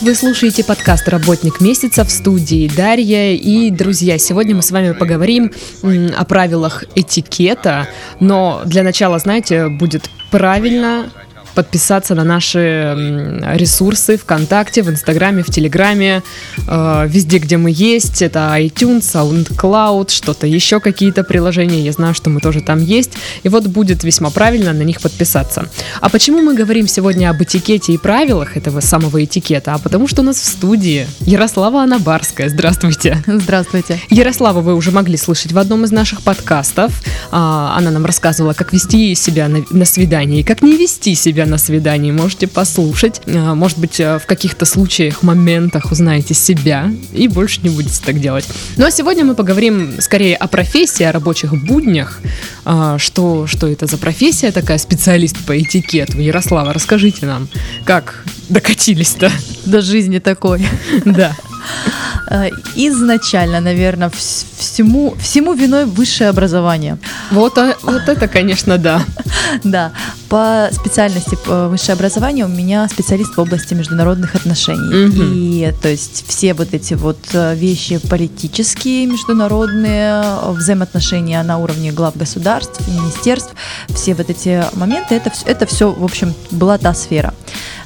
Вы слушаете подкаст «Работник месяца», в студии Дарья. И, друзья, сегодня мы с вами поговорим о правилах этикета. Но для начала, знаете, будет правильно подписаться на наши ресурсы ВКонтакте, в Инстаграме, в Телеграме, везде, где мы есть. Это iTunes, SoundCloud, что-то еще, какие-то приложения. Я знаю, что мы тоже там есть. И вот будет весьма правильно на них подписаться. А почему мы говорим сегодня об этикете и правилах этого самого этикета? А потому что у нас в студии Ярослава Анабарская. Здравствуйте. Здравствуйте. Ярославу вы уже могли слышать в одном из наших подкастов. Она нам рассказывала, как вести себя на свидании и как не вести себя на свидании. Можете послушать. Может быть, в каких-то случаях, моментах узнаете себя и больше не будете так делать. Ну а сегодня мы поговорим скорее о профессии, о рабочих буднях. Что это за профессия такая, специалист по этикету? Ярослава, расскажите нам, как докатились-то до жизни такой. Да. Изначально, наверное, всему виной высшее образование. Вот это, конечно, да. Да, по специальности высшее образование у меня специалист в области международных отношений. Угу. И то есть все вот эти вот вещи политические, международные, взаимоотношения на уровне глав государств, министерств, все вот эти моменты, это все, в общем, была та сфера.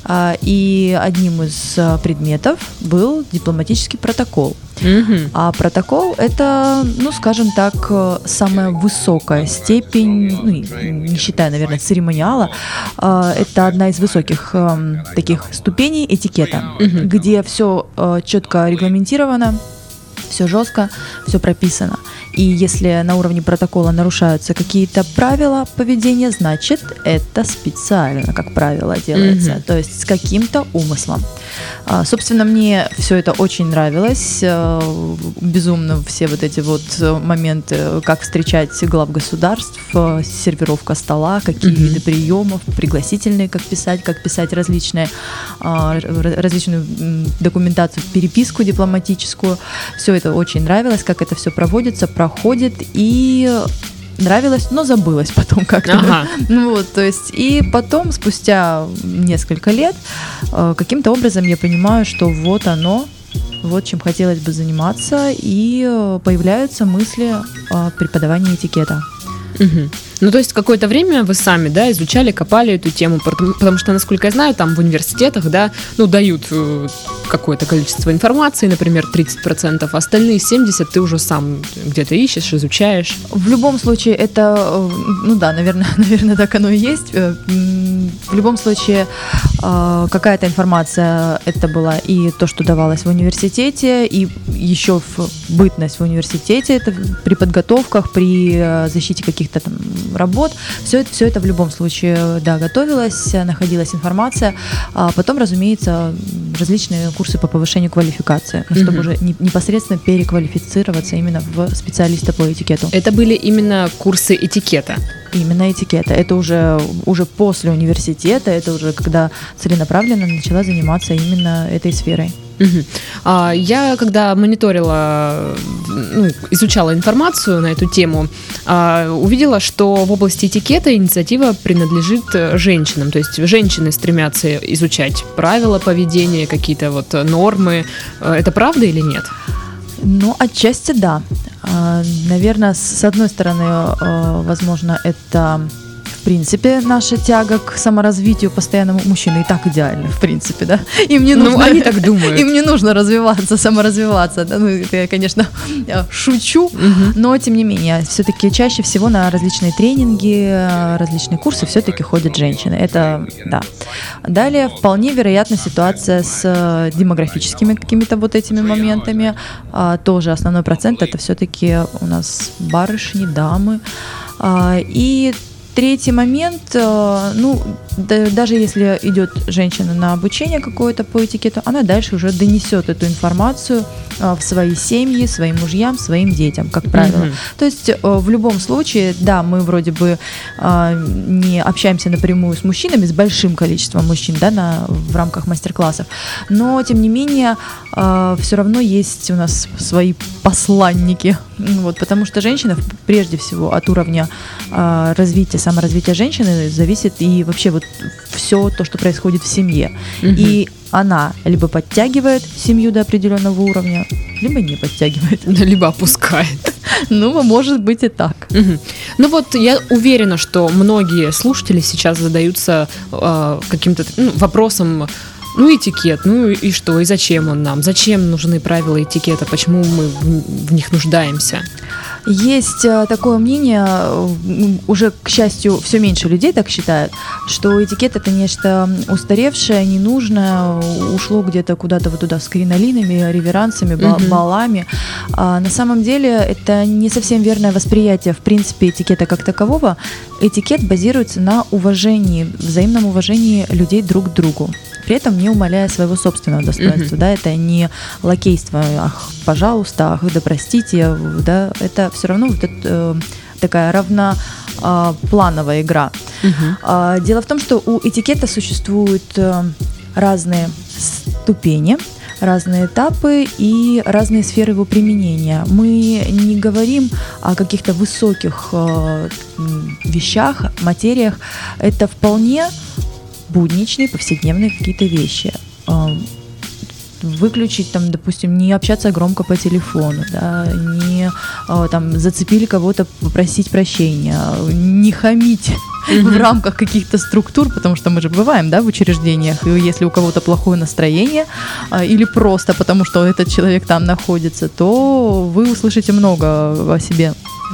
И одним из предметов был дипломатический протокол. Mm-hmm. А протокол — это, скажем так, самая высокая степень, не считая, наверное, церемониала, это одна из высоких таких ступеней этикета, mm-hmm. где все четко регламентировано, все жестко, все прописано. И если на уровне протокола нарушаются какие-то правила поведения, значит, это специально, как правило, делается, mm-hmm. то есть с каким-то умыслом. Собственно, мне все это очень нравилось. Безумно все вот эти вот моменты, как встречать глав государств, сервировка стола, какие mm-hmm. виды приемов, пригласительные, как писать различную документацию, переписку дипломатическую. Все это очень нравилось, как это все проводится, проходит, и нравилось, но забылось потом как-то. Ага. То есть, и потом, спустя несколько лет, каким-то образом я понимаю, что вот оно, вот чем хотелось бы заниматься, и появляются мысли о преподавании этикета. Угу. То есть какое-то время вы сами, да, изучали, копали эту тему, потому что, насколько я знаю, там в университетах, да, дают какое-то количество информации, например, 30%, остальные 70% ты уже сам где-то ищешь, изучаешь. В любом случае это, наверное, так оно и есть. В любом случае какая-то информация это была и то, что давалось в университете, и еще в бытность в университете, это при подготовках, при защите каких-то там работ, все это в любом случае, да, готовилось, находилась информация, а потом, разумеется, различные курсы по повышению квалификации, чтобы уже непосредственно переквалифицироваться именно в специалиста по этикету. Это были именно курсы этикета? Именно этикета. Это уже после университета, это уже когда целенаправленно начала заниматься именно этой сферой. Угу. Я когда мониторила, изучала информацию на эту тему, увидела, что в области этикета инициатива принадлежит женщинам. То есть женщины стремятся изучать правила поведения, какие-то вот нормы. Это правда или нет? Отчасти да. Наверное, с одной стороны, возможно, это в принципе наша тяга к саморазвитию постоянному. Мужчины и так идеальны, в принципе, да. Им не нужно, они так думают. Им не нужно развиваться, саморазвиваться. Да? Это я, конечно, шучу, но тем не менее, все-таки чаще всего на различные тренинги, различные курсы все-таки ходят женщины. Это да. Далее вполне вероятна ситуация с демографическими какими-то вот этими моментами. Тоже основной процент это все-таки у нас барышни, дамы. И третий момент, даже если идет женщина на обучение какое-то по этикету, она дальше уже донесет эту информацию в свои семьи, своим мужьям, своим детям, как правило. Mm-hmm. То есть в любом случае, да, мы вроде бы не общаемся напрямую с мужчинами, с большим количеством мужчин, да, в рамках мастер-классов, но тем не менее все равно есть у нас свои посланники, потому что женщина прежде всего от уровня развития, саморазвития женщины зависит и вообще вот все то, что происходит в семье. Mm-hmm. И она либо подтягивает семью до определенного уровня, либо не подтягивает. Либо опускает. Ну, может быть и так. Ну вот я уверена, что многие слушатели сейчас задаются каким-то вопросом, этикет, и что, и зачем он нам? Зачем нужны правила этикета? Почему мы в них нуждаемся? Есть такое мнение, уже, к счастью, все меньше людей так считают, что этикет — это нечто устаревшее, ненужное, ушло где-то куда-то вот туда с кринолинами, реверансами, балами. А на самом деле это не совсем верное восприятие, в принципе, этикета как такового. Этикет базируется на уважении, взаимном уважении людей друг к другу, при этом не умаляя своего собственного достоинства. Да, это не лакейство, ах, пожалуйста, ах, да простите, да, это все равно вот это, такая равноплановая игра. Дело в том, что у этикета существуют разные ступени, разные этапы и разные сферы его применения. Мы не говорим о каких-то высоких вещах, материях. Это вполне будничные, повседневные какие-то вещи. Выключить, там, допустим, не общаться громко по телефону, да, не там, зацепили кого-то, попросить прощения, не хамить в рамках каких-то структур, потому что мы же бываем, да, в учреждениях, и если у кого-то плохое настроение или просто потому, что этот человек там находится, то вы услышите много о себе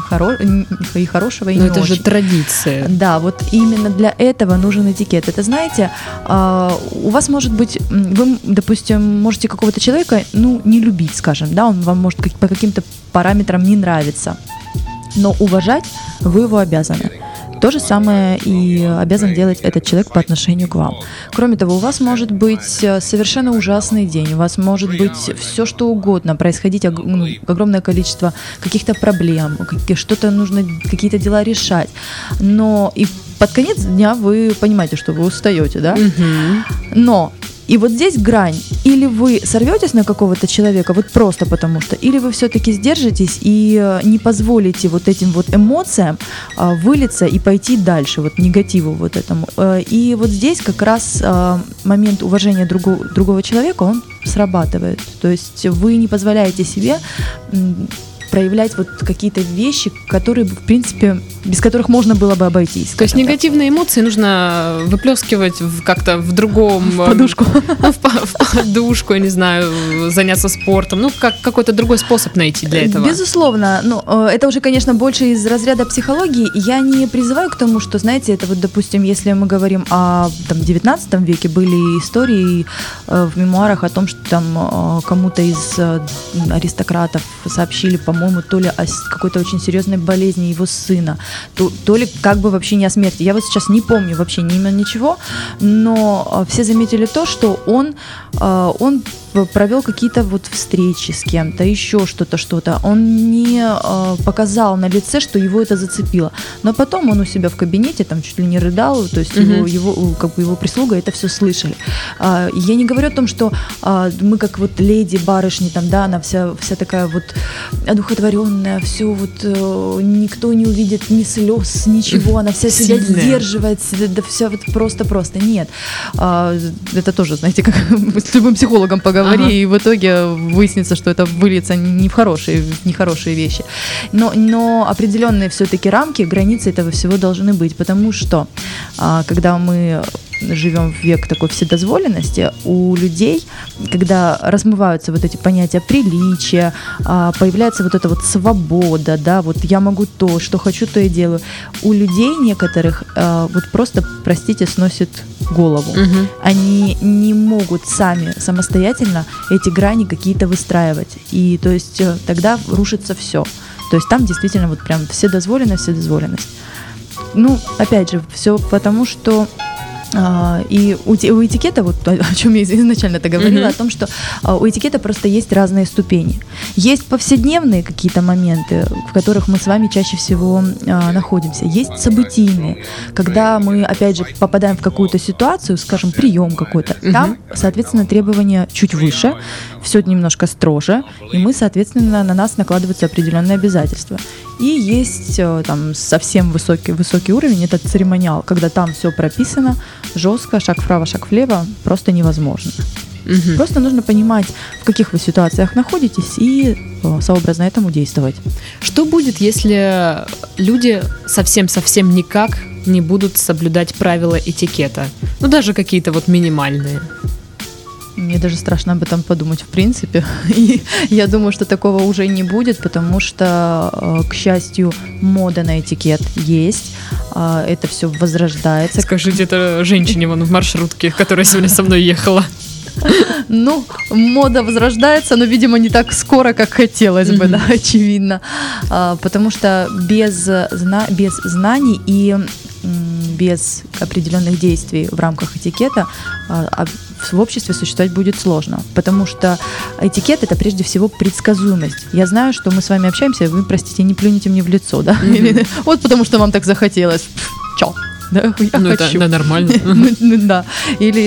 и хорошего, и не это очень. Же традиция. Да, вот именно для этого нужен этикет. Это, знаете, у вас может быть, вы, допустим, можете какого-то человека, не любить, скажем, да, он вам может по каким-то параметрам не нравиться, но уважать вы его обязаны. То же самое и обязан делать этот человек по отношению к вам. Кроме того, у вас может быть совершенно ужасный день, у вас может быть все что угодно, происходить огромное количество каких-то проблем, что-то нужно, какие-то дела решать. Но и под конец дня вы понимаете, что вы устаете, да? Но и вот здесь грань. Или вы сорветесь на какого-то человека вот просто потому что, или вы все-таки сдержитесь и не позволите вот этим вот эмоциям вылиться и пойти дальше, вот негативу вот этому. И вот здесь как раз момент уважения другого человека, он срабатывает. То есть вы не позволяете себе проявлять вот какие-то вещи, которые, в принципе, без которых можно было бы обойтись. То есть негативные эмоции нужно выплескивать как-то в другом... В подушку. В подушку, я не знаю, заняться спортом. Какой-то другой способ найти для этого. Безусловно. Это уже, конечно, больше из разряда психологии. Я не призываю к тому, что, знаете, это вот, допустим, если мы говорим о 19 веке, были истории в мемуарах о том, что там кому-то из аристократов сообщили, по-моему, то ли о какой-то очень серьезной болезни его сына, то ли как бы вообще не о смерти. Я вот сейчас не помню вообще ни имя, ничего, но все заметили то, что он провел какие-то вот встречи с кем-то, еще что-то. Он не показал на лице, что его это зацепило. Но потом он у себя в кабинете там чуть ли не рыдал, то есть его прислуга это все слышали. Я не говорю о том, что мы как вот леди, барышни, там, да, она вся такая вот одухотворенная, все вот никто не увидит ни слез, ничего, она вся себя сдерживает, да все вот просто. Нет. Это тоже, знаете, как с любым психологом поговорить, и в итоге выяснится, что это выльется не в нехорошие вещи. Но определенные все-таки рамки, границы этого всего должны быть, потому что когда мы живем в век такой вседозволенности, у людей, когда размываются вот эти понятия приличия, появляется вот эта вот свобода, да, вот я могу то, что хочу, то и делаю. У людей некоторых вот просто, простите, сносит голову. Они не могут самостоятельно эти грани какие-то выстраивать. И то есть тогда рушится все. То есть там действительно вот прям вседозволенность. Опять же, все потому, что и у этикета, вот о чем я изначально-то говорила, о том, что у этикета просто есть разные ступени. Есть повседневные какие-то моменты, в которых мы с вами чаще всего находимся. Есть событийные, когда мы, опять же, попадаем в какую-то ситуацию, скажем, прием какой-то. Там, соответственно, требования чуть выше, все немножко строже, и мы, соответственно, на нас накладываются определенные обязательства. И есть там совсем высокий уровень, это церемониал, когда там все прописано, жестко, шаг вправо, шаг влево, просто невозможно. Мгм. Просто нужно понимать, в каких вы ситуациях находитесь, и сообразно этому действовать. Что будет, если люди совсем-совсем никак не будут соблюдать правила этикета? Ну, даже какие-то вот минимальные. Мне даже страшно об этом подумать, в принципе. И я думаю, что такого уже не будет, потому что, к счастью, мода на этикет есть. Это все возрождается. Скажите это женщине вон в маршрутке, которая сегодня со мной ехала. Ну, мода возрождается, но, видимо, не так скоро, как хотелось бы, да, очевидно. Потому что без знаний и без определенных действий в рамках этикета в обществе существовать будет сложно. Потому что этикет — это прежде всего предсказуемость. Я знаю, что мы с вами общаемся, вы, простите, не плюнете мне в лицо, да? Или вот потому что вам так захотелось. Чё? Да, я Ну, хочу. это нормально. Ну, да. Или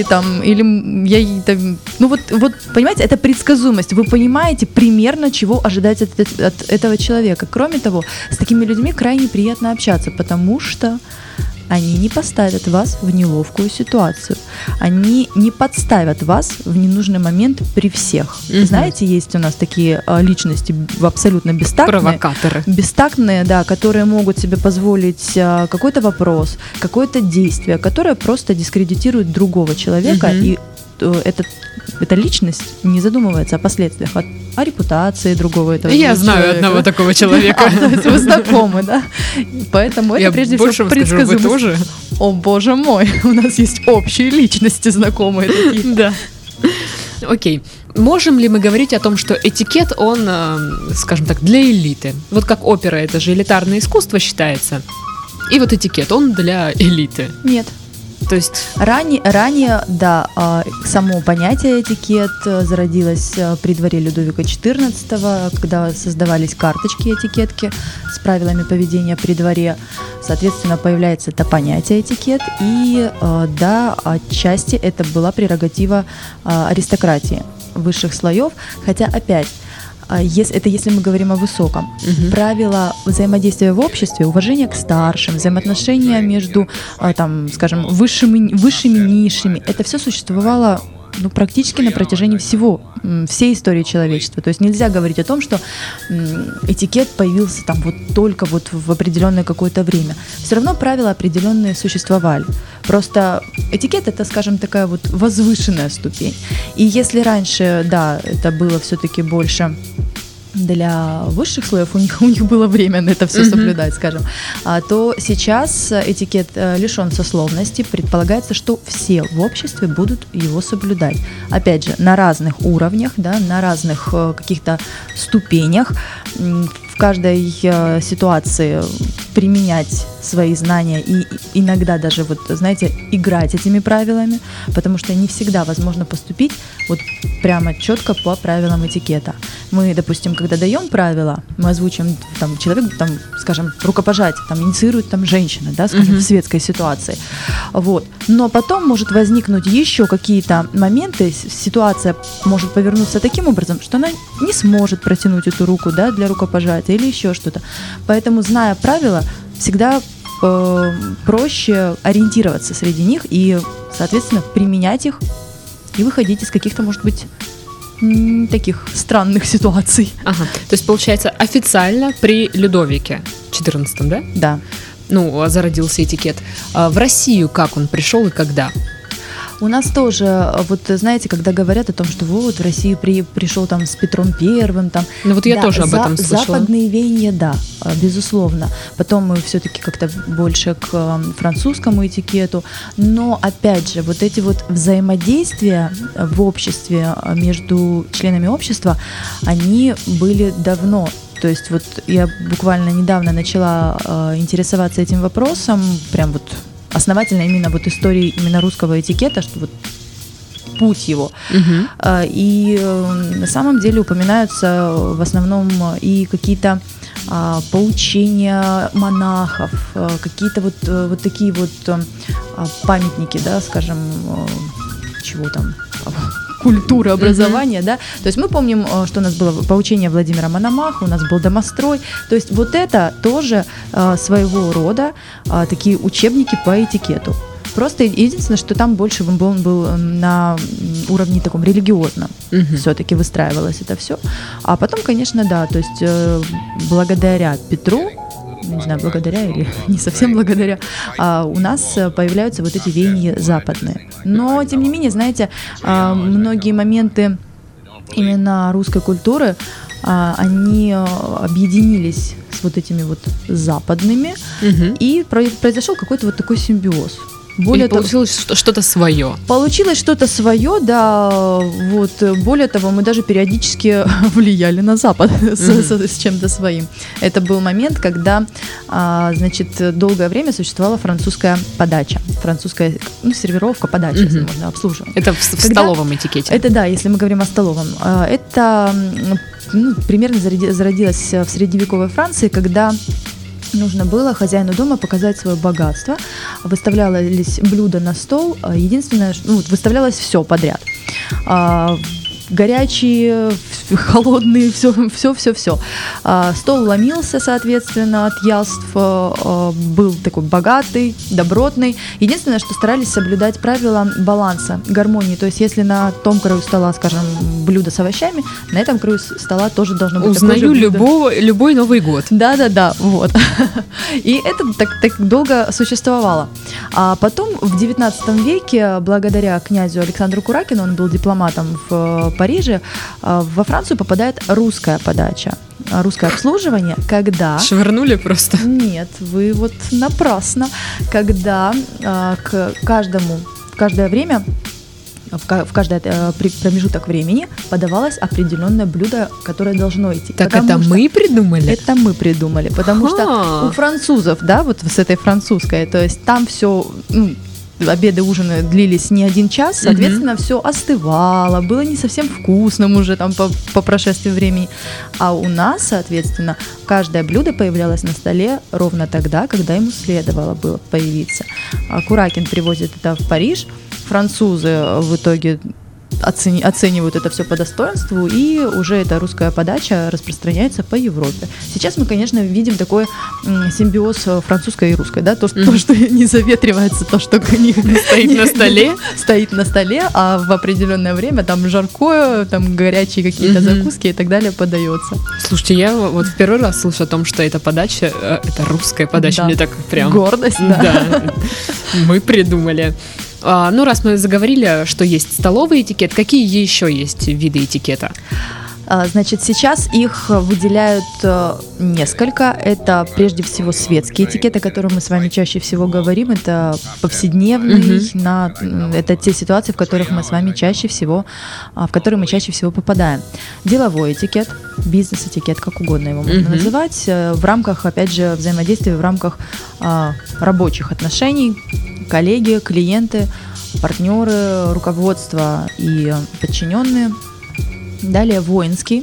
я там, ну вот, понимаете, это предсказуемость. Вы понимаете примерно, чего ожидать от этого человека. Кроме того, с такими людьми крайне приятно общаться, потому что они не поставят вас в неловкую ситуацию. Они не подставят вас в ненужный момент при всех. Знаете, есть у нас такие личности абсолютно бестактные. Провокаторы. Бестактные, да, которые могут себе позволить какой-то вопрос, какое-то действие, которое просто дискредитирует другого человека, и эта личность не задумывается о последствиях, о репутации другого этого человека. Я знаю одного такого человека. То есть вы знакомы, да? Поэтому это прежде всего предсказуемость. Вы тоже? О, боже мой, у нас есть общие личности знакомые такие. Да. Окей. Можем ли мы говорить о том, что этикет, он, скажем так, для элиты? Вот как опера, это же элитарное искусство считается. И вот этикет, он для элиты. Нет. То есть Ранее, да, само понятие этикет зародилось при дворе Людовика XIV, когда создавались карточки этикетки с правилами поведения при дворе. Соответственно, появляется это понятие этикет, и да, отчасти это была прерогатива аристократии высших слоев, хотя опять, если мы говорим о высоком, правила взаимодействия в обществе, уважение к старшим, взаимоотношения между, там, скажем, высшими и низшими, это все существовало практически на протяжении всей истории человечества. То есть нельзя говорить о том, что этикет появился там только в определенное какое-то время. Все равно правила определенные существовали. Просто этикет — это, скажем, такая возвышенная ступень. И если раньше, да, это было все-таки больше для высших слоев, у них было время на это все соблюдать, скажем, то сейчас этикет лишен сословности, предполагается, что все в обществе будут его соблюдать. Опять же, на разных уровнях, да, на разных каких-то ступенях, в каждой ситуации применять свои знания и иногда даже, знаете, играть этими правилами, потому что не всегда возможно поступить прямо четко по правилам этикета. Мы, допустим, когда даем правила, мы озвучим, человек, скажем, рукопожатие, инициирует женщина, да, скажем, в светской ситуации. Но потом может возникнуть еще какие-то моменты, ситуация может повернуться таким образом, что она не сможет протянуть эту руку, да, для рукопожатия или еще что-то. Поэтому, зная правила, всегда проще ориентироваться среди них и, соответственно, применять их и выходить из каких-то, может быть, таких странных ситуаций. Ага. То есть, получается, официально при Людовике XIV, да? Да. Зародился этикет. А в Россию как он пришел и когда? У нас тоже, знаете, когда говорят о том, что в Россию пришел с Петром Первым, я тоже об этом слышала. Западные веяния, да, безусловно. Потом мы все-таки как-то больше к французскому этикету. Но, опять же, эти взаимодействия в обществе между членами общества, они были давно. То есть я буквально недавно начала интересоваться этим вопросом, прям основательно именно историей именно русского этикета, что путь его. И на самом деле упоминаются в основном и какие-то поучения монахов, какие-то такие памятники, да, скажем, чего там, культуры образования, да. То есть мы помним, что у нас было поучение Владимира Мономаха, у нас был домострой. То есть это тоже своего рода такие учебники по этикету. Просто единственное, что там больше он был на уровне таком религиозном. Все-таки выстраивалось это все. А потом, конечно, да, то есть благодаря Петру, не знаю, благодаря или не совсем благодаря, у нас появляются вот эти веяния западные. Но, тем не менее, знаете, многие моменты именно русской культуры, они объединились с вот этими вот западными, и произошел какой-то вот такой симбиоз. Или получилось что-то свое. Получилось что-то свое, да. Вот. Более того, мы даже периодически влияли на Запад с чем-то своим. Это был момент, когда, значит, долгое время существовала французская подача, французская сервировка, подача, если можно, обслуживание. Это в столовом этикете. Это да, если мы говорим о столовом. Это примерно зародилось в средневековой Франции, когда нужно было хозяину дома показать свое богатство. Выставлялись блюда на стол. Единственное, выставлялось все подряд. Горячие, холодные, все. Стол ломился, соответственно, от яств, был такой богатый, добротный. Единственное, что старались соблюдать правила баланса, гармонии. То есть, если на том краю стола, скажем, блюдо с овощами, на этом краю стола тоже должно быть такое же блюдо. Узнаю любой Новый год. Да, вот. И это так долго существовало. А потом в 19 веке, благодаря князю Александру Куракину, он был дипломатом в Париже, во Францию попадает русская подача, русское обслуживание, когда... Швырнули просто? Нет, вы вот напрасно. Когда к каждому, в каждое время, в каждый промежуток времени подавалось определенное блюдо, которое должно идти. Так это мы придумали? Это мы придумали, потому что у французов, да, вот с этой французской, то есть там все... обеды, ужины длились не 1 час, соответственно, все остывало, было не совсем вкусным уже там по прошествии времени. А у нас, соответственно, каждое блюдо появлялось на столе ровно тогда, когда ему следовало было появиться. Куракин привозит это в Париж, французы в итоге оценивают это все по достоинству, и уже эта русская подача распространяется по Европе. Сейчас мы, конечно, видим такой симбиоз французской и русской, да, то, что не заветривается, то, что стоит на столе, а в определенное время там жаркое, там горячие какие-то закуски и так далее подается. Слушайте, я вот в первый раз слышу о том, что эта подача, это русская подача, да. Мне так прям... Гордость, да. Мы придумали. Раз мы заговорили, что есть столовый этикет, какие еще есть виды этикета? Значит, сейчас их выделяют несколько. Это прежде всего светский этикет, о котором мы с вами чаще всего говорим. Это повседневный, это те ситуации, в которые мы чаще всего попадаем. Деловой этикет, бизнес-этикет, как угодно его можно называть, в рамках, опять же, взаимодействия, в рамках рабочих отношений, коллеги, клиенты, партнеры, руководство и подчиненные. Далее воинский,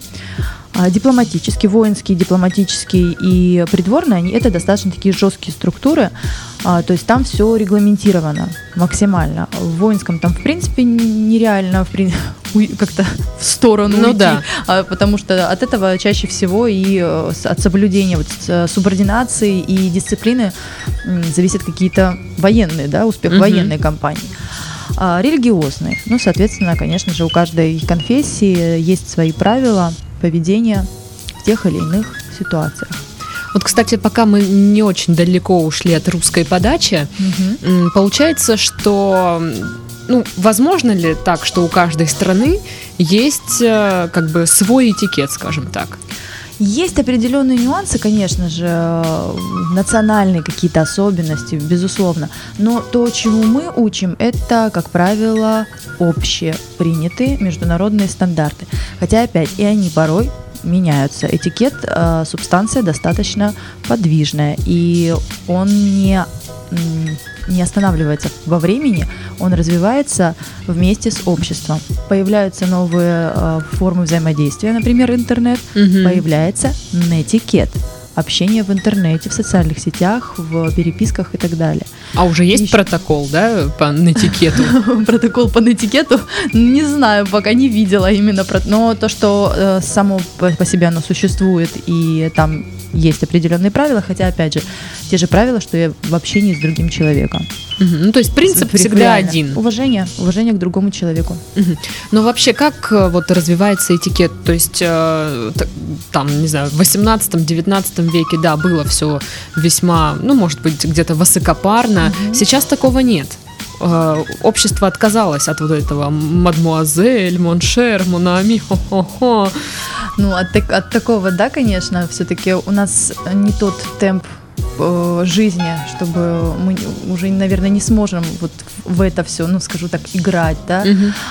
дипломатический и придворный, это достаточно такие жесткие структуры, то есть там все регламентировано максимально. В воинском там в принципе нереально как-то в сторону уйти, потому что от этого чаще всего и от соблюдения субординации и дисциплины зависят какие-то военные, да, успех военной кампании. Религиозный. Соответственно, конечно же, у каждой конфессии есть свои правила поведения в тех или иных ситуациях. Вот, кстати, пока мы не очень далеко ушли от русской подачи, получается, что... возможно ли так, что у каждой страны есть как бы свой этикет, скажем так? Есть определенные нюансы, конечно же, национальные какие-то особенности, безусловно. Но то, чему мы учим, это, как правило, общепринятые международные стандарты. Хотя, опять, и они порой меняются. Этикет – субстанция достаточно подвижная, и он не останавливается во времени, он развивается вместе с обществом. Появляются новые формы взаимодействия, например, интернет, появляется нетикет, общение в интернете, в социальных сетях, в переписках и так далее. А уже есть протокол, да, по нетикету? Протокол по нетикету? Не знаю, пока не видела именно. Но то, что само по себе оно существует, и там есть определенные правила, хотя, опять же, те же правила, что и в общении с другим человеком. Ну, то есть принцип всегда Реально. один. Уважение к другому человеку. Но вообще, как вот развивается этикет? То есть, там, не знаю, в 18-19 веке, да, было все весьма, ну, может быть, где-то высокопарно. Сейчас такого нет. Общество отказалось от вот этого мадмуазель, моншер, монами, хо-хо-хо. Ну, от такого, да, конечно, все-таки у нас не тот темп жизни, чтобы мы уже, наверное, не сможем вот в это все, ну, скажу так, играть, да.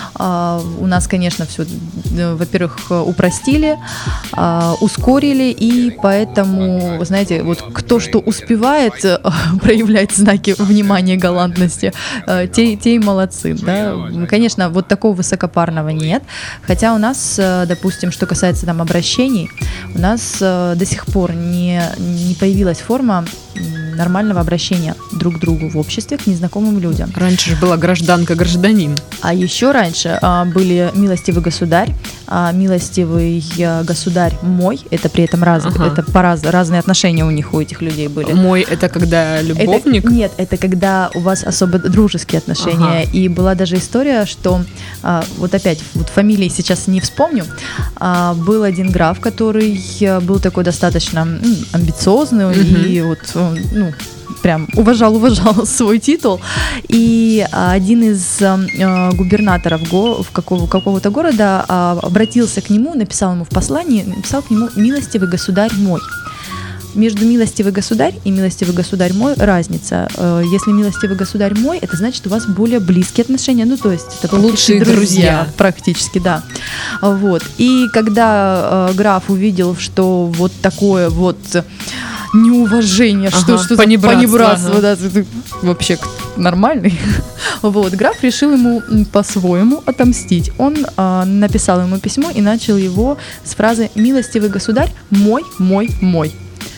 У нас, конечно, все, во-первых, упростили, ускорили, и поэтому, вы знаете, вот кто что успевает проявлять знаки внимания и галантности, те и молодцы, да. Конечно, вот такого высокопарного нет, хотя у нас, допустим, что касается там обращений, у нас до сих пор не появилась форма нормального обращения друг к другу в обществе к незнакомым людям. Раньше же была гражданка-гражданин. А еще раньше были милостивый государь, милостивый государь мой, это при этом это разные отношения у них, у этих людей были. Мой — это когда любовник? Нет, это когда у вас особо дружеские отношения. И была даже история, что вот опять, вот фамилии сейчас не вспомню, был один граф, который был такой достаточно амбициозный и вот, ну, прям уважал свой титул. И один из губернаторов какого-то города обратился к нему, написал ему в послании, написал к нему: «Милостивый государь мой». Между милостивый государь и милостивый государь мой разница. Если милостивый государь мой, это значит, у вас более близкие отношения, ну, то есть это лучшие друзья. Практически, да. Вот. И когда граф увидел, что вот такое вот неуважение, что за понебратство, да, ты вообще нормальный. Вот, граф решил ему по-своему отомстить. Он написал ему письмо и начал его с фразы: «Милостивый государь мой, мой, мой».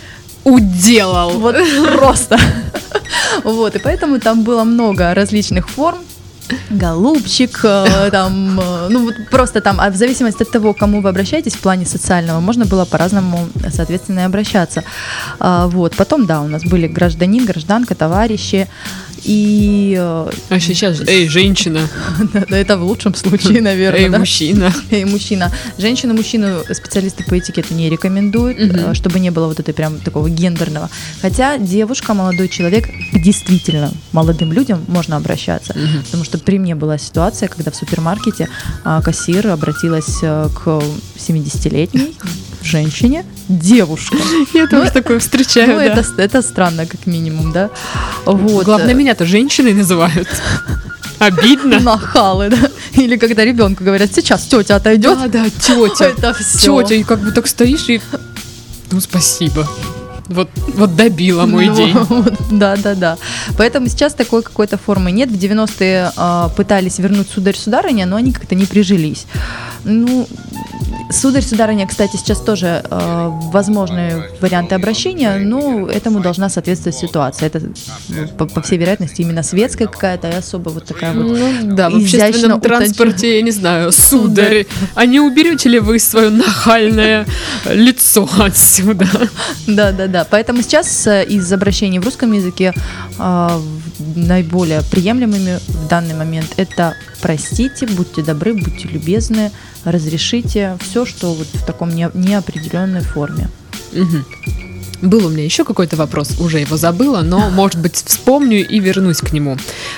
Уделал. Вот просто. Вот, и поэтому там было много различных форм. Голубчик, там, ну вот просто там, в зависимости от того, к кому вы обращаетесь в плане социального, можно было по-разному, соответственно, и обращаться. Вот, потом, да, у нас были гражданин, гражданка, товарищи. И... А сейчас, женщина. Это в лучшем случае, наверное. Мужчина. Мужчина. Женщину-мужчину специалисты по этикету не рекомендуют, чтобы не было вот этой прям такого гендерного. Хотя девушка, молодой человек, действительно молодым людям можно обращаться. Потому что при мне была ситуация, когда в супермаркете кассир обратилась к 70-летней женщине, девушка. Я тоже такое встречаю, да. Это странно, как минимум, да. Вот. Главное, меня-то женщиной называют. Обидно. Нахалы, да. Или когда ребенку говорят: сейчас тетя отойдет. Да, тетя. Это все. Тетя, и как бы так стоишь и... Ну, спасибо. Вот добила мой день. Да. Поэтому сейчас такой какой-то формы нет. В 90-е пытались вернуть сударь-сударыня, но они как-то не прижились. Ну, сударь-сударыня, кстати, сейчас тоже возможные варианты обращения, но этому должна соответствовать ситуация. Это, по всей вероятности, именно светская какая-то, и особо вот такая вот. Ну, да, в общественном транспорте, я не знаю, сударь, а не уберете ли вы свое нахальное лицо отсюда? Да. Поэтому сейчас из обращений в русском языке наиболее приемлемыми в данный момент это: простите, будьте добры, будьте любезны, разрешите, все, что вот в таком неопределенной форме. Был у меня еще какой-то вопрос, уже его забыла, но, может быть, вспомню и вернусь к нему.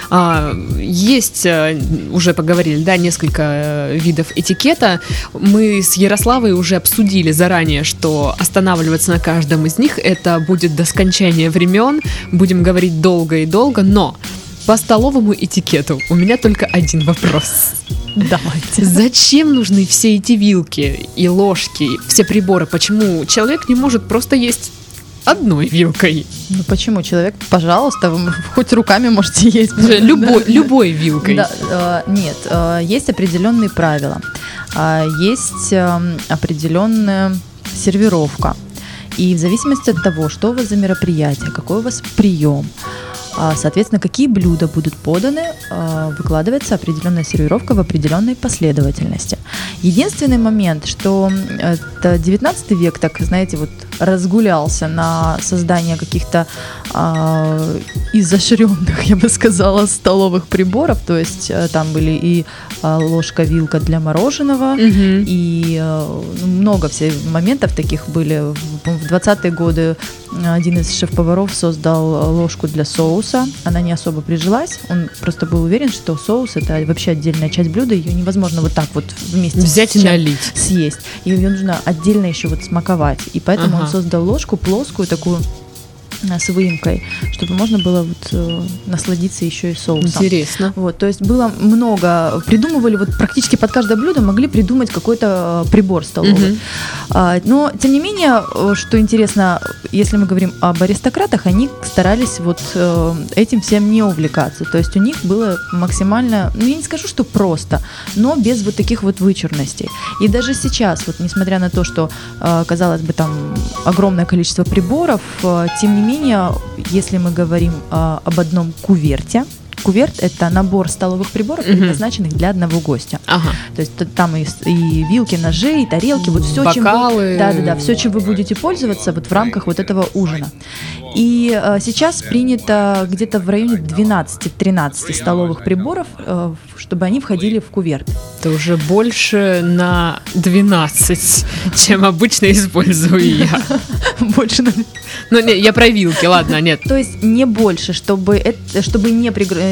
Есть, уже поговорили, да, несколько видов этикета. Мы с Ярославой уже обсудили заранее, что останавливаться на каждом из них это будет до скончания времен, будем говорить долго и долго, но по столовому этикету у меня только один вопрос. Давайте. Зачем нужны все эти вилки и ложки, все приборы? Почему человек не может просто есть одной вилкой? Ну почему? Человек, пожалуйста, вы хоть руками можете есть. Любой вилкой. Да, нет, есть определенные правила, есть определенная сервировка. И в зависимости от того, что у вас за мероприятие, какой у вас прием, соответственно, какие блюда будут поданы, выкладывается определенная сервировка в определенной последовательности. Единственный момент, что это 19 век, так, знаете, вот разгулялся на создание каких-то изощренных, я бы сказала, столовых приборов. То есть там были и ложка-вилка для мороженого, и много всех моментов таких были. В 20-е годы один из шеф-поваров создал ложку для соуса. Она не особо прижилась. Он просто был уверен, что соус — это вообще отдельная часть блюда. Ее невозможно вот так вот вместе взять и налить, съесть. Ее нужно отдельно еще вот смаковать. И поэтому он создал ложку плоскую такую, с выемкой, чтобы можно было вот насладиться еще и соусом. Интересно. Вот, то есть было много, придумывали вот практически под каждое блюдо могли придумать какой-то прибор столовый. Но, тем не менее, что интересно, если мы говорим об аристократах, они старались вот этим всем не увлекаться. То есть у них было максимально, ну, я не скажу, что просто, но без вот таких вот вычурностей. И даже сейчас, вот несмотря на то, что, казалось бы, там огромное количество приборов, тем не менее, если мы говорим об одном куверте, куверт — это набор столовых приборов, предназначенных для одного гостя. То есть там и вилки, ножи, и тарелки, вот все, бокалы. Все, чем вы будете пользоваться вот в рамках вот этого ужина. И сейчас принято где-то в районе 12-13 столовых приборов, чтобы они входили в куверт. Это уже больше на 12, чем обычно использую я. Больше на... Ну, не, я про вилки, ладно, нет. То есть не больше, чтобы не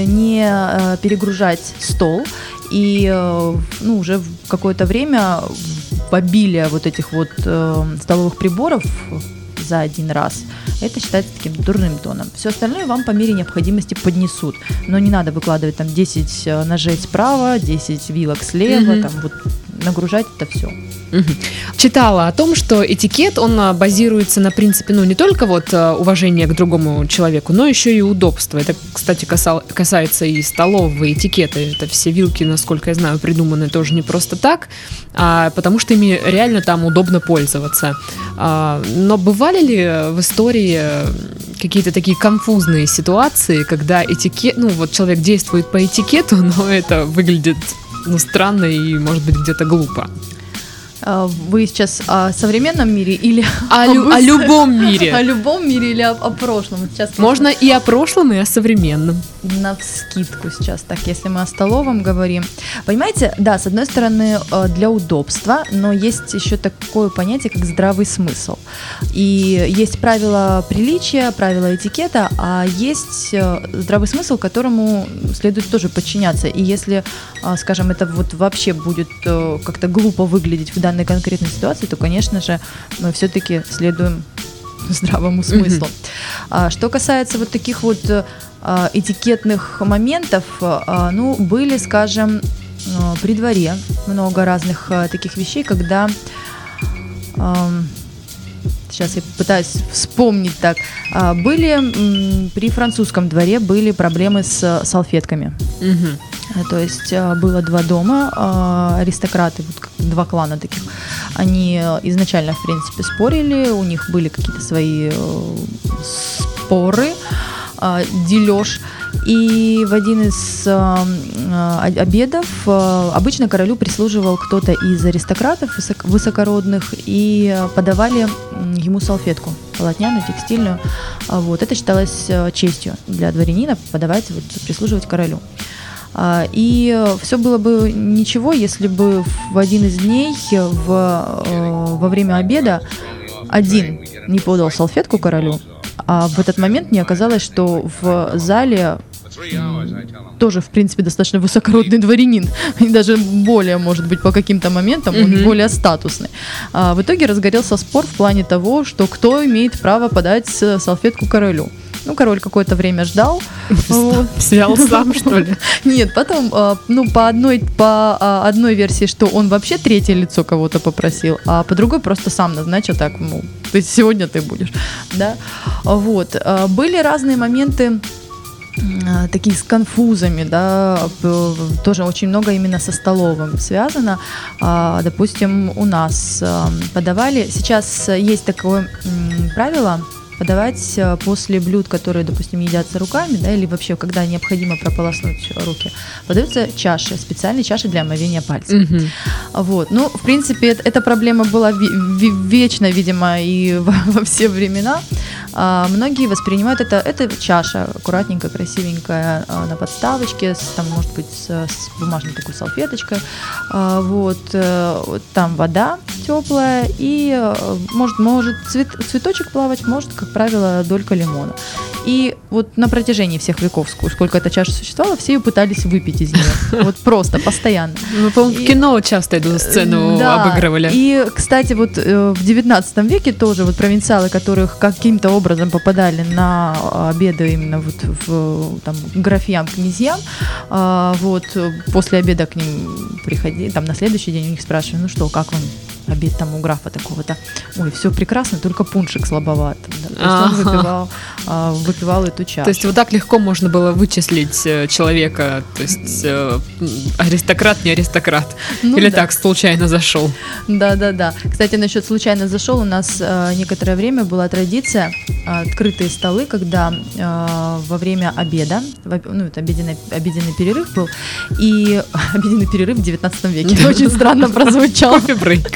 перегружать стол. И уже в какое-то время в обилие вот этих вот столовых приборов за один раз, это считается таким дурным тоном. Все остальное вам по мере необходимости поднесут. Но не надо выкладывать там 10 ножей справа, 10 вилок слева, там вот нагружать это все. Читала о том, что этикет, он базируется на принципе, не только вот уважения к другому человеку, но еще и удобства. Это, кстати, касается и столового этикета. Это все вилки, насколько я знаю, придуманы тоже не просто так, а потому что ими реально там удобно пользоваться. Но бывали ли в истории какие-то такие конфузные ситуации, когда этикет, человек действует по этикету, но это выглядит странно и, может быть, где-то глупо? Вы сейчас о современном мире или о любом мире? О любом мире или о прошлом? Сейчас, можно и о прошлом, и о современном. Навскидку сейчас, так, если мы о столовом говорим. Понимаете, да, с одной стороны, для удобства, но есть еще такое понятие, как здравый смысл. И есть правила приличия, правила этикета, а есть здравый смысл, которому следует тоже подчиняться. И если, скажем, это вот вообще будет как-то глупо выглядеть в данной конкретной ситуации, то, конечно же, мы все-таки следуем здравому смыслу. Что касается вот таких вот этикетных моментов, были, скажем, при дворе много разных таких вещей, когда... Сейчас я пытаюсь вспомнить так. При французском дворе были проблемы с салфетками. То есть было два дома, аристократы, вот два клана таких. Они изначально, в принципе, спорили, у них были какие-то свои споры, дележ. И в один из обедов обычно королю прислуживал кто-то из аристократов высокородных, и подавали ему салфетку полотняную, текстильную. Вот. Это считалось честью для дворянина прислуживать королю. И все было бы ничего, если бы в один из дней во время обеда один не подал салфетку королю, а в этот момент не оказалось, что в зале тоже, в принципе, достаточно высокородный дворянин, и даже более, может быть, по каким-то моментам он более статусный. В итоге разгорелся спор в плане того, что кто имеет право подать салфетку королю. Король какое-то время ждал. Взял сам, что ли? Нет, потом, по одной версии, что он вообще третье лицо кого-то попросил, а по другой просто сам назначил так, то есть сегодня ты будешь, да. Вот. Были разные моменты, такие с конфузами, да, тоже очень много именно со столовым связано. Допустим, у нас подавали, сейчас есть такое правило, подавать после блюд, которые, допустим, едятся руками, да, или вообще, когда необходимо прополоснуть руки, подаются чаши, специальные чаши для омовения пальцев. Вот. Ну, в принципе, эта проблема была вечна, видимо, и во все времена. Многие воспринимают это чаша, аккуратненькая, красивенькая, на подставочке, там, может быть, с бумажной такой салфеточкой. Вот. Там вода теплая, и может цветочек плавать, может, как правило, долька лимона. И вот на протяжении всех веков, сколько эта чаша существовала, все ее пытались выпить из нее. Вот просто, постоянно. Мы, по-моему, в кино часто эту сцену обыгрывали. И, кстати, вот в 19 веке тоже вот провинциалы, которых каким-то образом попадали на обеды именно вот там, графьям, князьям, вот после обеда к ним приходили, там на следующий день у них спрашивали, ну что, как вам обед там у графа такого-то? Ой, все прекрасно, только пуншик слабоват. Да. То есть он выпивал эту чашу. То есть вот так легко можно было вычислить человека, то есть аристократ, не аристократ. Ну, или да. Так, случайно зашел. Да. Кстати, насчет случайно зашел, у нас некоторое время была традиция открытые столы, когда во время обеда, ну, это обеденный перерыв был, и обеденный перерыв в 19 веке. Очень странно прозвучал. Кофе-брейк.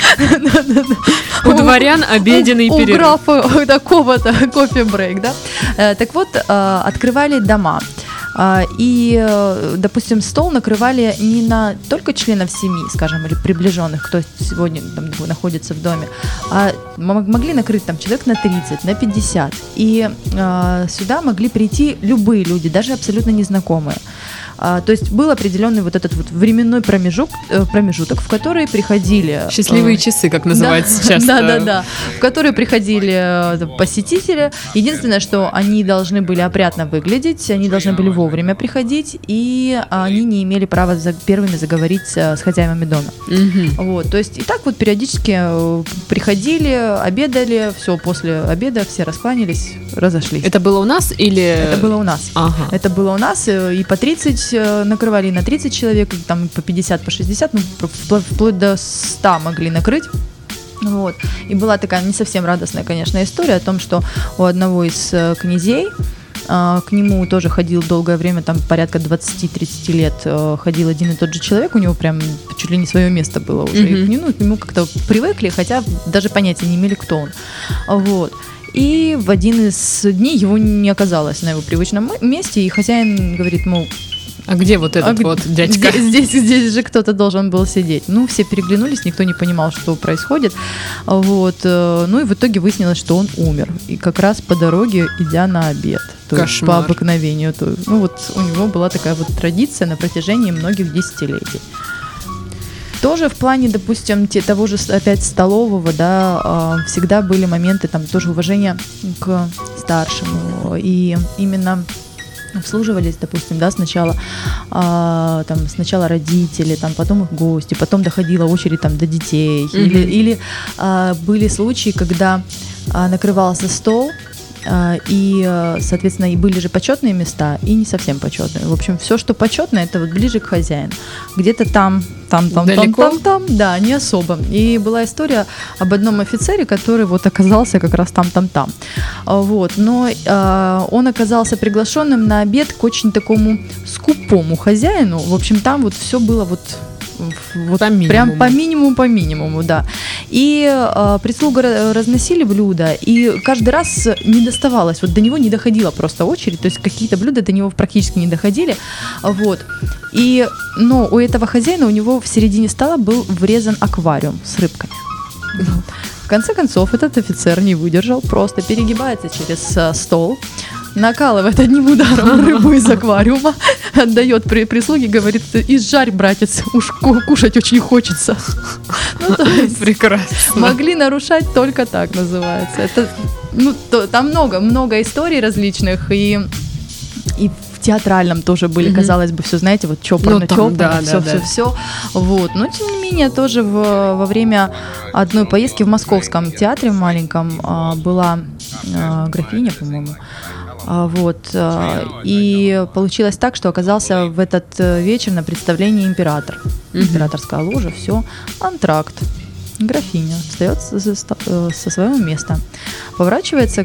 У дворян обеденный перерыв. У графа такого-то кофе-брейк, да. Так вот, открывали дома. И, допустим, стол накрывали не на только членов семьи, скажем, или приближенных, кто сегодня там находится в доме, а могли накрыть там человек на 30, на 50. И сюда могли прийти любые люди, даже абсолютно незнакомые. То есть был определенный вот этот вот временной промежуток, в который приходили... Счастливые часы, как называется сейчас. Да, в которые приходили посетители. Единственное, что они должны были опрятно выглядеть, они должны были вовремя приходить, и они не имели права первыми заговорить с хозяевами дома. Вот, то есть и так вот периодически приходили, обедали, все, после обеда все раскланялись, разошлись. Это было у нас или... Это было у нас. Ага. Это было у нас, и по 30 накрывали, на 30 человек, там по 50, по 60, ну, вплоть до 100 могли накрыть. Вот. И была такая не совсем радостная, конечно, история о том, что у одного из князей, к нему тоже ходил долгое время, там порядка 20-30 лет ходил один и тот же человек, у него прям чуть ли не свое место было уже. И к нему как-то привыкли, хотя даже понятия не имели, кто он. Вот. И в один из дней его не оказалось на его привычном месте, и хозяин говорит, мол, а где вот этот вот дядька? Здесь же кто-то должен был сидеть. Ну, все переглянулись, никто не понимал, что происходит. Вот. Ну и в итоге выяснилось, что он умер. И как раз по дороге, идя на обед. То есть по обыкновению. Ну вот у него была такая вот традиция на протяжении многих десятилетий. Тоже в плане, допустим, того же опять столового, да, всегда были моменты там тоже уважения к старшему. И именно обслуживались, допустим, да, сначала родители, там, потом их гости, потом доходила очередь там до детей. Или были случаи, когда накрывался стол, и, соответственно, и были же почетные места, и не совсем почетные. В общем, все, что почетное, это вот ближе к хозяину. Где-то там, да, не особо. И была история об одном офицере, который вот оказался как раз там. Вот. Но он оказался приглашенным на обед к очень такому скупому хозяину. В общем, там вот все было вот прям по минимуму, да. И прислуга разносили блюда, и каждый раз не доставалось, вот до него не доходила просто очередь, то есть какие-то блюда до него практически не доходили, вот. Но у этого хозяина, у него в середине стола был врезан аквариум с рыбками. В конце концов, этот офицер не выдержал, просто перегибается через стол, накалывает одним ударом рыбу из аквариума, отдает прислуге, говорит, изжарь, братец, уж кушать очень хочется. Ну, то есть прекрасно. Могли нарушать только так, называется. Это, там много историй различных, и в театральном тоже были, казалось бы, все, знаете, вот чопорно, все. Вот. Но, тем не менее, тоже во время одной поездки в Московском театре маленьком была графиня, по-моему. Вот. И получилось так, что оказался в этот вечер на представлении император. Императорская ложа, все, антракт. Графиня встает со своего места, поворачивается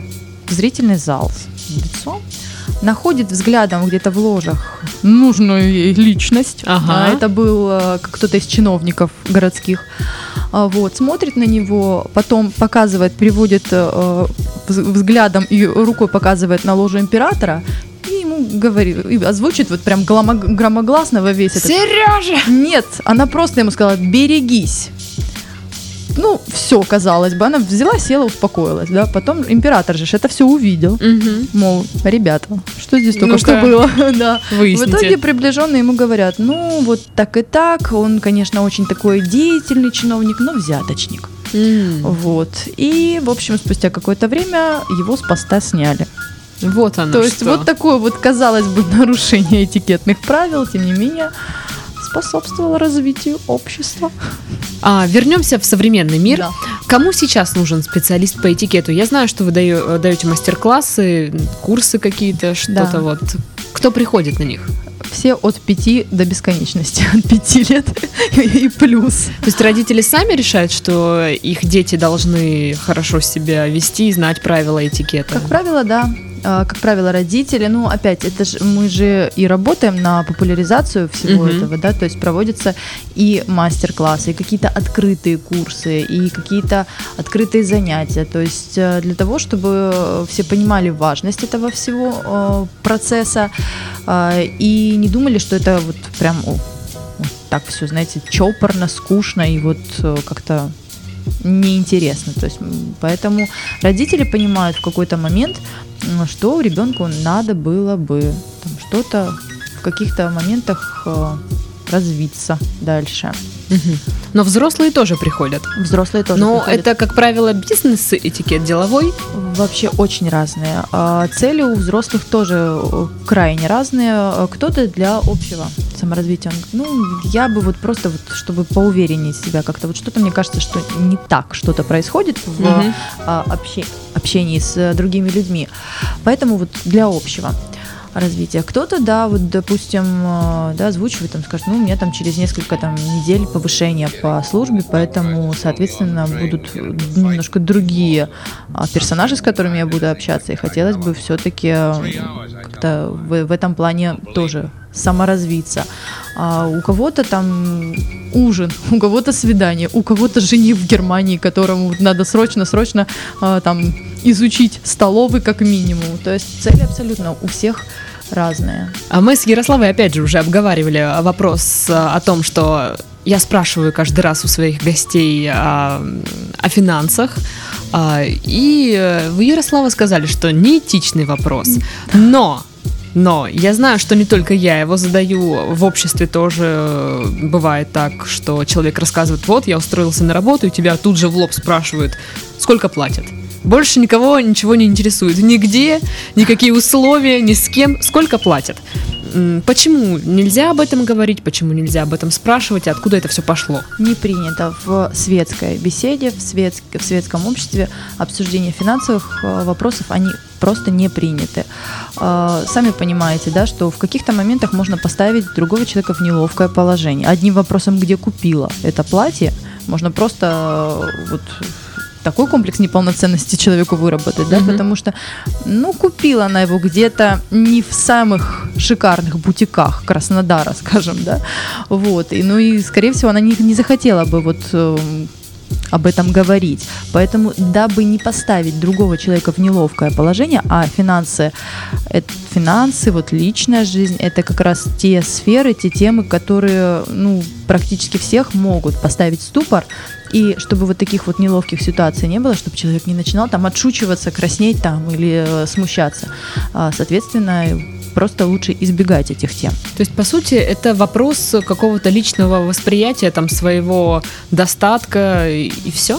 в зрительный зал с лицом, находит взглядом где-то в ложах нужную ей личность. Это был кто-то из чиновников городских. Вот, смотрит на него, потом показывает, переводит взглядом и рукой показывает на ложу императора. И ему говорит, и озвучит вот прям громогласно во весь этот... Сережа! Нет, она просто ему сказала: берегись. Ну, все, казалось бы, она взяла, села, успокоилась, да, потом император же это все увидел, мол, ребята, что здесь только что было, да. Выясните. В итоге приближенные ему говорят: ну, вот так и так, он, конечно, очень такой деятельный чиновник, но взяточник, вот, и, в общем, спустя какое-то время его с поста сняли. Вот оно. То есть вот такое вот, казалось бы, нарушение этикетных правил, тем не менее, способствовало развитию общества. Вернемся в современный мир. Да. Кому сейчас нужен специалист по этикету? Я знаю, что вы даете мастер-классы, курсы какие-то, что-то вот. Кто приходит на них? Все от 5 до бесконечности, от 5 лет и плюс. То есть родители сами решают, что их дети должны хорошо себя вести и знать правила этикета? Как правило, да. Как правило, родители, ну, опять, это же мы же и работаем на популяризацию всего этого, да, то есть проводятся и мастер-классы, и какие-то открытые курсы, и какие-то открытые занятия, то есть для того, чтобы все понимали важность этого всего процесса и не думали, что это вот прям вот так все, знаете, чопорно, скучно и вот как-то неинтересно. То есть, поэтому родители понимают в какой-то момент, что ребенку надо было бы там, что-то в каких-то моментах развиться дальше. Но взрослые тоже приходят. Взрослые тоже Но приходят. это, как правило, бизнес-этикет, деловой? Вообще очень разные. Цели у взрослых тоже крайне разные. Кто-то для общего саморазвития. Ну, я бы вот просто, вот, чтобы поувереннее себя как-то. Вот что-то, мне кажется, что не так что-то происходит в общении с другими людьми. Поэтому вот для общего развития. Кто-то, да, вот, допустим, да, озвучивает, там, скажет, ну, у меня там через несколько там недель повышение по службе, поэтому, соответственно, будут немножко другие персонажи, с которыми я буду общаться, и хотелось бы все-таки как-то в этом плане тоже саморазвиться. У кого-то там ужин, у кого-то свидание, у кого-то жених в Германии, которому надо срочно там изучить столовый как минимум. То есть цели абсолютно у всех разные. А мы с Ярославой опять же уже обговаривали вопрос о том, что я спрашиваю каждый раз у своих гостей о финансах, и вы, Ярослава, сказали, что неэтичный вопрос. Но я знаю, что не только я его задаю, в обществе тоже бывает так, что человек рассказывает: вот, я устроился на работу, и тебя тут же в лоб спрашивают, сколько платят. Больше никого ничего не интересует. Нигде, никакие условия, ни с кем. Сколько платят? Почему нельзя об этом говорить? Почему нельзя об этом спрашивать? Откуда это все пошло? Не принято в светской беседе, в светском обществе обсуждение финансовых вопросов, они просто не приняты. Сами понимаете, да, что в каких-то моментах можно поставить другого человека в неловкое положение. Одним вопросом, где купила это платье, можно просто вот такой комплекс неполноценности человеку выработать, да, потому что, ну, купила она его где-то не в самых шикарных бутиках Краснодара, скажем, да, вот, и, ну, и, скорее всего, она не захотела бы вот об этом говорить, поэтому, дабы не поставить другого человека в неловкое положение, а финансы, вот личная жизнь, это как раз те сферы, те темы, которые, ну, практически всех могут поставить в ступор. И чтобы вот таких вот неловких ситуаций не было, чтобы человек не начинал там отшучиваться, краснеть там или смущаться. Соответственно, просто лучше избегать этих тем. То есть, по сути, это вопрос какого-то личного восприятия, там, своего достатка и все?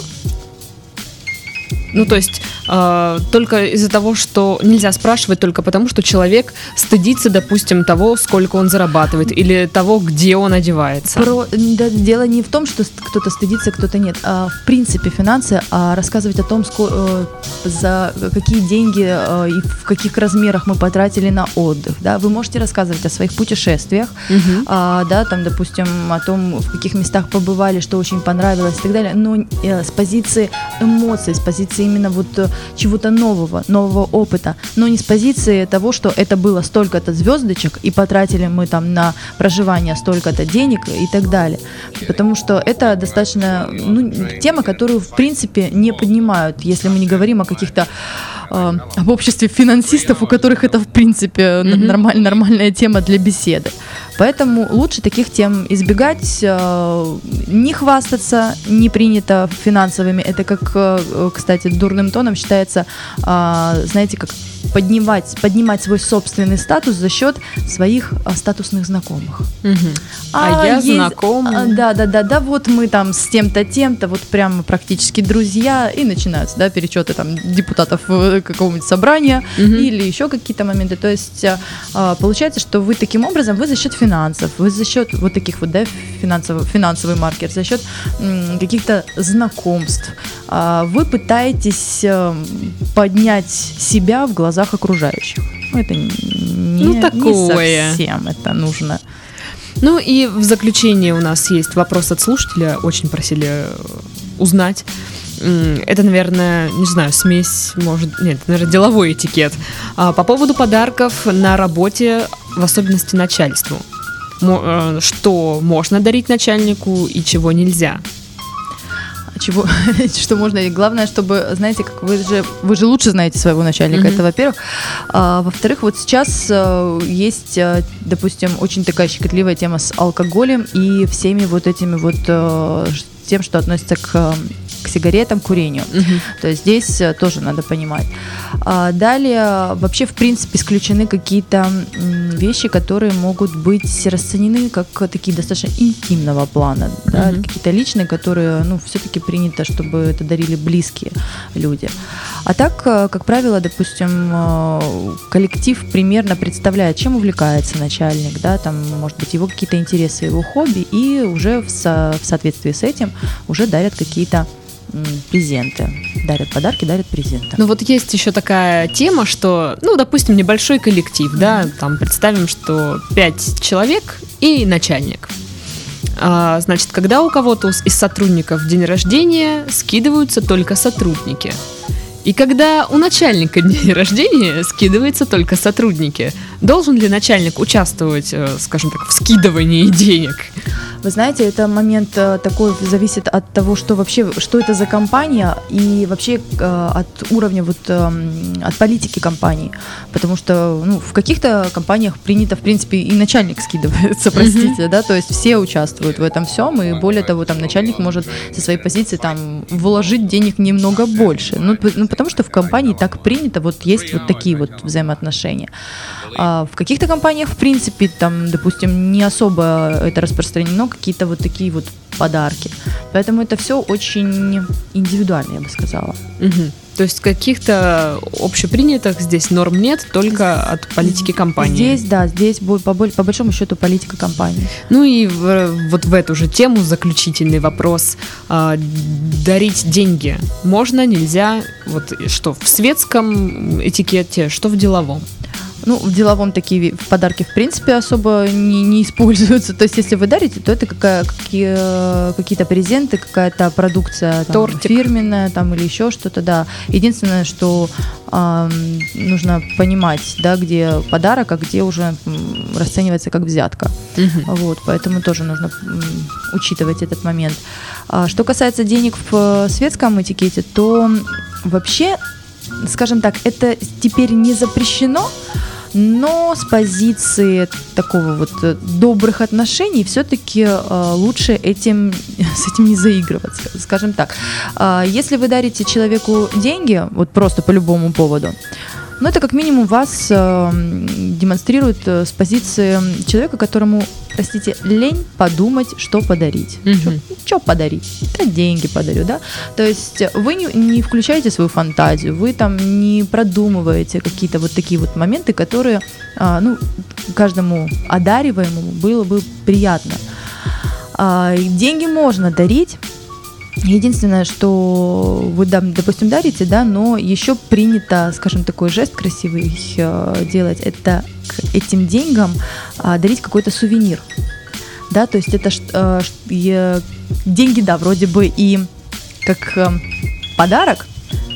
Ну, то есть, только из-за того, что нельзя спрашивать только потому, что человек стыдится, допустим, того, сколько он зарабатывает, или того, где он одевается. Да, дело не в том, что кто-то стыдится, кто-то нет. В принципе, финансы, рассказывать о том, за какие деньги и в каких размерах мы потратили на отдых. Да? Вы можете рассказывать о своих путешествиях, да, там, допустим, о том, в каких местах побывали, что очень понравилось и так далее, но с позиции эмоций, с позиции именно вот чего-то нового опыта, но не с позиции того, что это было столько-то звездочек, и потратили мы там на проживание столько-то денег и так далее. Потому что это достаточно тема, которую, в принципе, не поднимают, если мы не говорим о каких-то об обществе финансистов, у которых это, в принципе, нормальная тема для беседы. Поэтому лучше таких тем избегать, не хвастаться, не принято финансовыми. Это как, кстати, дурным тоном считается, знаете, как поднимать свой собственный статус за счет своих статусных знакомых. Я знакомый. Да, вот мы там с тем-то, вот прямо практически друзья, и начинаются, да, перечеты там депутатов какого-нибудь собрания или еще какие-то моменты. То есть получается, что вы таким образом, вы за счет финансов, вы за счет вот таких вот, да, финансовый маркер, за счет каких-то знакомств, вы пытаетесь поднять себя в глазах окружающих. Это не совсем это нужно. Ну и в заключение у нас есть вопрос от слушателя, очень просили узнать. Это, наверное, не знаю, наверное, деловой этикет. По поводу подарков на работе, в особенности начальству. Что можно дарить начальнику и чего нельзя? Что можно, и главное, чтобы, знаете, как вы же лучше знаете своего начальника, это во-первых. Во-вторых, вот сейчас есть, допустим, очень такая щекотливая тема с алкоголем и всеми вот этими вот тем, что относится к сигаретам, курению. То есть здесь тоже надо понимать. Далее, вообще, в принципе, исключены какие-то вещи, которые могут быть расценены как такие достаточно интимного плана, да, какие-то личные, которые, все-таки принято, чтобы это дарили близкие люди. А так, как правило, допустим, коллектив примерно представляет, чем увлекается начальник, да, там, может быть, его какие-то интересы, его хобби, и уже в соответствии с этим уже дарят какие-то презенты. Дарят подарки, дарят презенты. Ну вот есть еще такая тема, что, допустим, небольшой коллектив, да, там представим, что 5 человек и начальник. Значит, когда у кого-то из сотрудников день рождения, скидываются только сотрудники. И когда у начальника день рождения, скидываются только сотрудники. Должен ли начальник участвовать, скажем так, в скидывании денег? Вы знаете, это момент такой зависит от того, что вообще, что это за компания, и вообще от уровня, от политики компании. Потому что в каких-то компаниях принято, в принципе, и начальник скидывается, простите, да, то есть все участвуют в этом всем, и более того, там начальник может со своей позиции там вложить денег немного больше. Потому что в компании так принято, вот есть вот такие вот взаимоотношения. А в каких-то компаниях, в принципе, там, допустим, не особо это распространено, какие-то вот такие вот подарки. Поэтому это все очень индивидуально, я бы сказала. То есть каких-то общепринятых здесь норм нет, только от политики компании. Здесь по большому счету политика компании. Ну и вот в эту же тему заключительный вопрос. Дарить деньги можно, нельзя? Вот что в светском этикете, что в деловом? В деловом такие подарки, в принципе, особо не используются. То есть, если вы дарите, то это какие-то презенты, какая-то продукция там, фирменная там, или еще что-то, да. Единственное, что нужно понимать, да, где подарок, а где уже расценивается как взятка. Вот, поэтому тоже нужно учитывать этот момент. Что касается денег в светском этикете, то вообще, скажем так, это теперь не запрещено, но с позиции такого вот добрых отношений все-таки лучше с этим не заигрываться, скажем так. Если вы дарите человеку деньги, вот просто по любому поводу, это как минимум вас демонстрирует с позиции человека, которому, простите, лень подумать, что подарить. Что подарить? Да, деньги подарю, да? То есть вы не включаете свою фантазию, вы там не продумываете какие-то вот такие вот моменты, которые, каждому одариваемому было бы приятно. Деньги можно дарить. Единственное, что вы, допустим, дарите, да, но еще принято, скажем, такой жест красивый делать, это к этим деньгам дарить какой-то сувенир. Да, то есть это деньги, да, вроде бы и как подарок, но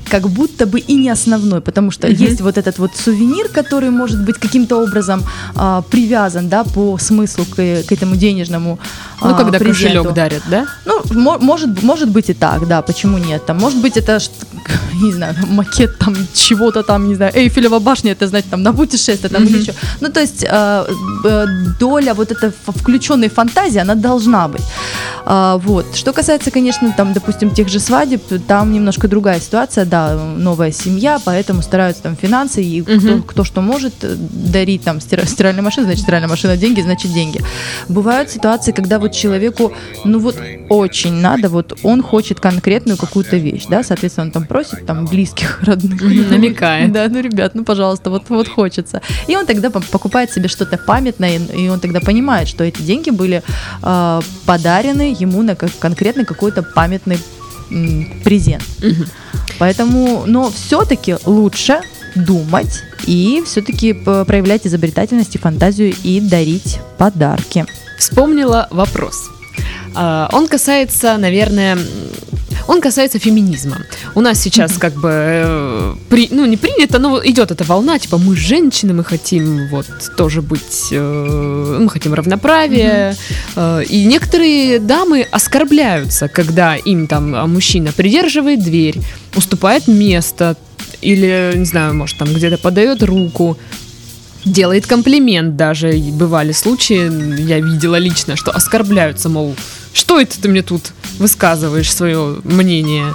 как будто бы и не основной, потому что есть вот этот вот сувенир, который может быть каким-то образом привязан, да, по смыслу к этому денежному когда презенту. кошелек дарят, да? Ну, может быть и так, да, почему нет? Там, может быть, это, не знаю, макет там чего-то там, не знаю, Эйфелева башня, это, знаете, там на путешествие там или еще. Ну, то есть доля вот этой включенной фантазии, она должна быть. Вот. Что касается, конечно, там, допустим, тех же свадеб, там немножко другая ситуация, да, новая семья, поэтому стараются там финансы, и кто что может дарить, там, стиральная машина, значит, стиральная машина, деньги, значит, деньги. Бывают ситуации, когда вот человеку, ну вот, очень надо, вот он хочет конкретную какую-то вещь, да, соответственно, он там просит, там, близких, родных. Намекает. Да, ну, ребят, ну, пожалуйста, вот хочется. И он тогда покупает себе что-то памятное, и он тогда понимает, что эти деньги были подарены ему на конкретно какой-то памятный презент. Поэтому, но все-таки лучше думать и все-таки проявлять изобретательность и фантазию и дарить подарки. Вспомнила вопрос. Он касается, наверное, феминизма. У нас сейчас как бы, не принято, но идет эта волна, типа мы женщины, мы хотим вот тоже быть, мы хотим равноправия. И некоторые дамы оскорбляются, когда им там мужчина придерживает дверь, уступает место или, не знаю, может там где-то подает руку, делает комплимент даже. И бывали случаи, я видела лично, что оскорбляются, мол, что это ты мне тут высказываешь свое мнение?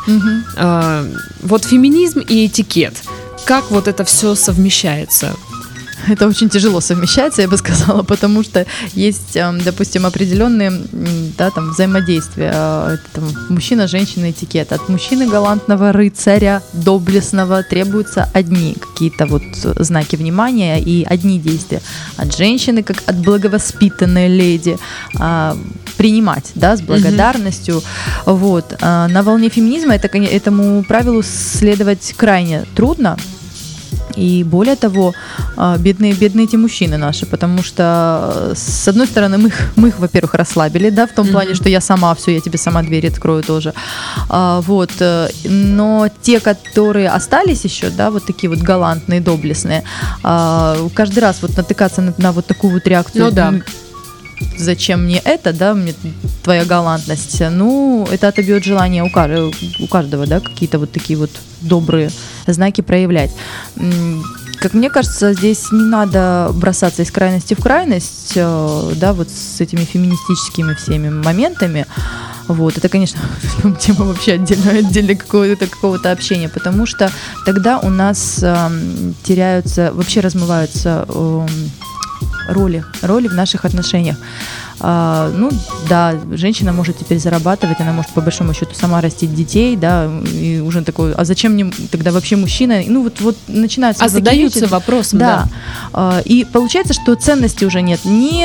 Вот феминизм и этикет. Как вот это все совмещается? Это очень тяжело совмещается, я бы сказала, потому что есть, допустим, определенные, да, там, взаимодействия. Там, мужчина, женщина, этикет. От мужчины галантного рыцаря, доблестного требуются одни какие-то вот знаки внимания и одни действия. От женщины, как от благовоспитанной леди, принимать, да, с благодарностью. Вот. На волне феминизма этому правилу следовать крайне трудно. И более того, бедные эти мужчины наши, потому что, с одной стороны, мы их, во-первых, расслабили, да, в том плане, что я тебе сама дверь открою тоже. Вот. Но те, которые остались еще, да, вот такие вот галантные, доблестные, каждый раз вот натыкаться на вот такую вот реакцию. Ну да. Зачем мне это, да, мне твоя галантность, ну, это отобьет желание у каждого, да, какие-то вот такие вот добрые знаки проявлять. Как мне кажется, здесь не надо бросаться из крайности в крайность, да, вот с этими феминистическими всеми моментами. Вот, это, конечно, тема вообще отдельно какого-то общения, потому что тогда у нас теряются, вообще размываются роли в наших отношениях. Ну, да, женщина может теперь зарабатывать, она может по большому счету сама растить детей, да, и уже такой, а зачем мне тогда вообще мужчина? Ну, вот начинаются... задаются вопросом, да. И получается, что ценности уже нет ни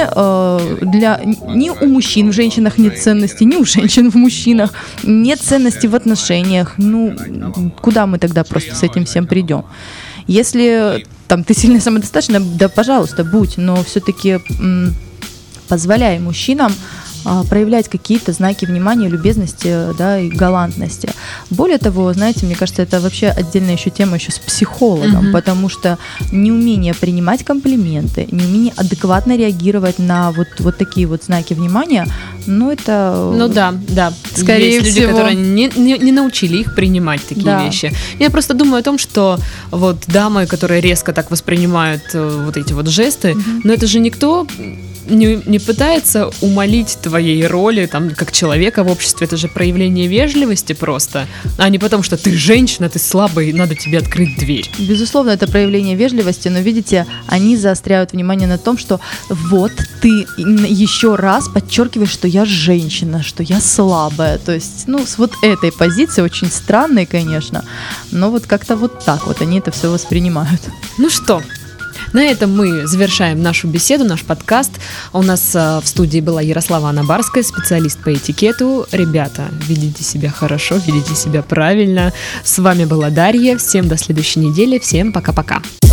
у мужчин в женщинах нет ценности, ни у женщин в мужчинах, нет ценности в отношениях. Ну, куда мы тогда просто с этим всем придем? Если там ты сильно самодостаточна, да, пожалуйста, будь, но все-таки позволяй мужчинам проявлять какие-то знаки внимания, любезности, да, и галантности. Более того, знаете, мне кажется, это вообще отдельная еще тема еще с психологом, потому что неумение принимать комплименты, неумение адекватно реагировать на вот такие вот знаки внимания, ну это... Ну да. Скорее есть всего. люди, которые не научили их принимать такие вещи. Я просто думаю о том, что вот дамы, которые резко так воспринимают вот эти вот жесты, но это же никто не пытается умалить твоей роли там, как человека в обществе. Это же проявление вежливости просто, а не потому, что ты женщина, ты слабая, и надо тебе открыть дверь. Безусловно, это проявление вежливости, но, видите, они заостряют внимание на том, что вот ты еще раз подчеркиваешь, что я женщина, что я слабая. То есть, ну, с вот этой позиции, очень странной, конечно, но вот как-то вот так вот они это все воспринимают. Ну что, на этом мы завершаем нашу беседу, наш подкаст. У нас в студии была Ярослава Анабарская, специалист по этикету. Ребята, ведите себя хорошо, ведите себя правильно. С вами была Дарья. Всем до следующей недели. Всем пока-пока.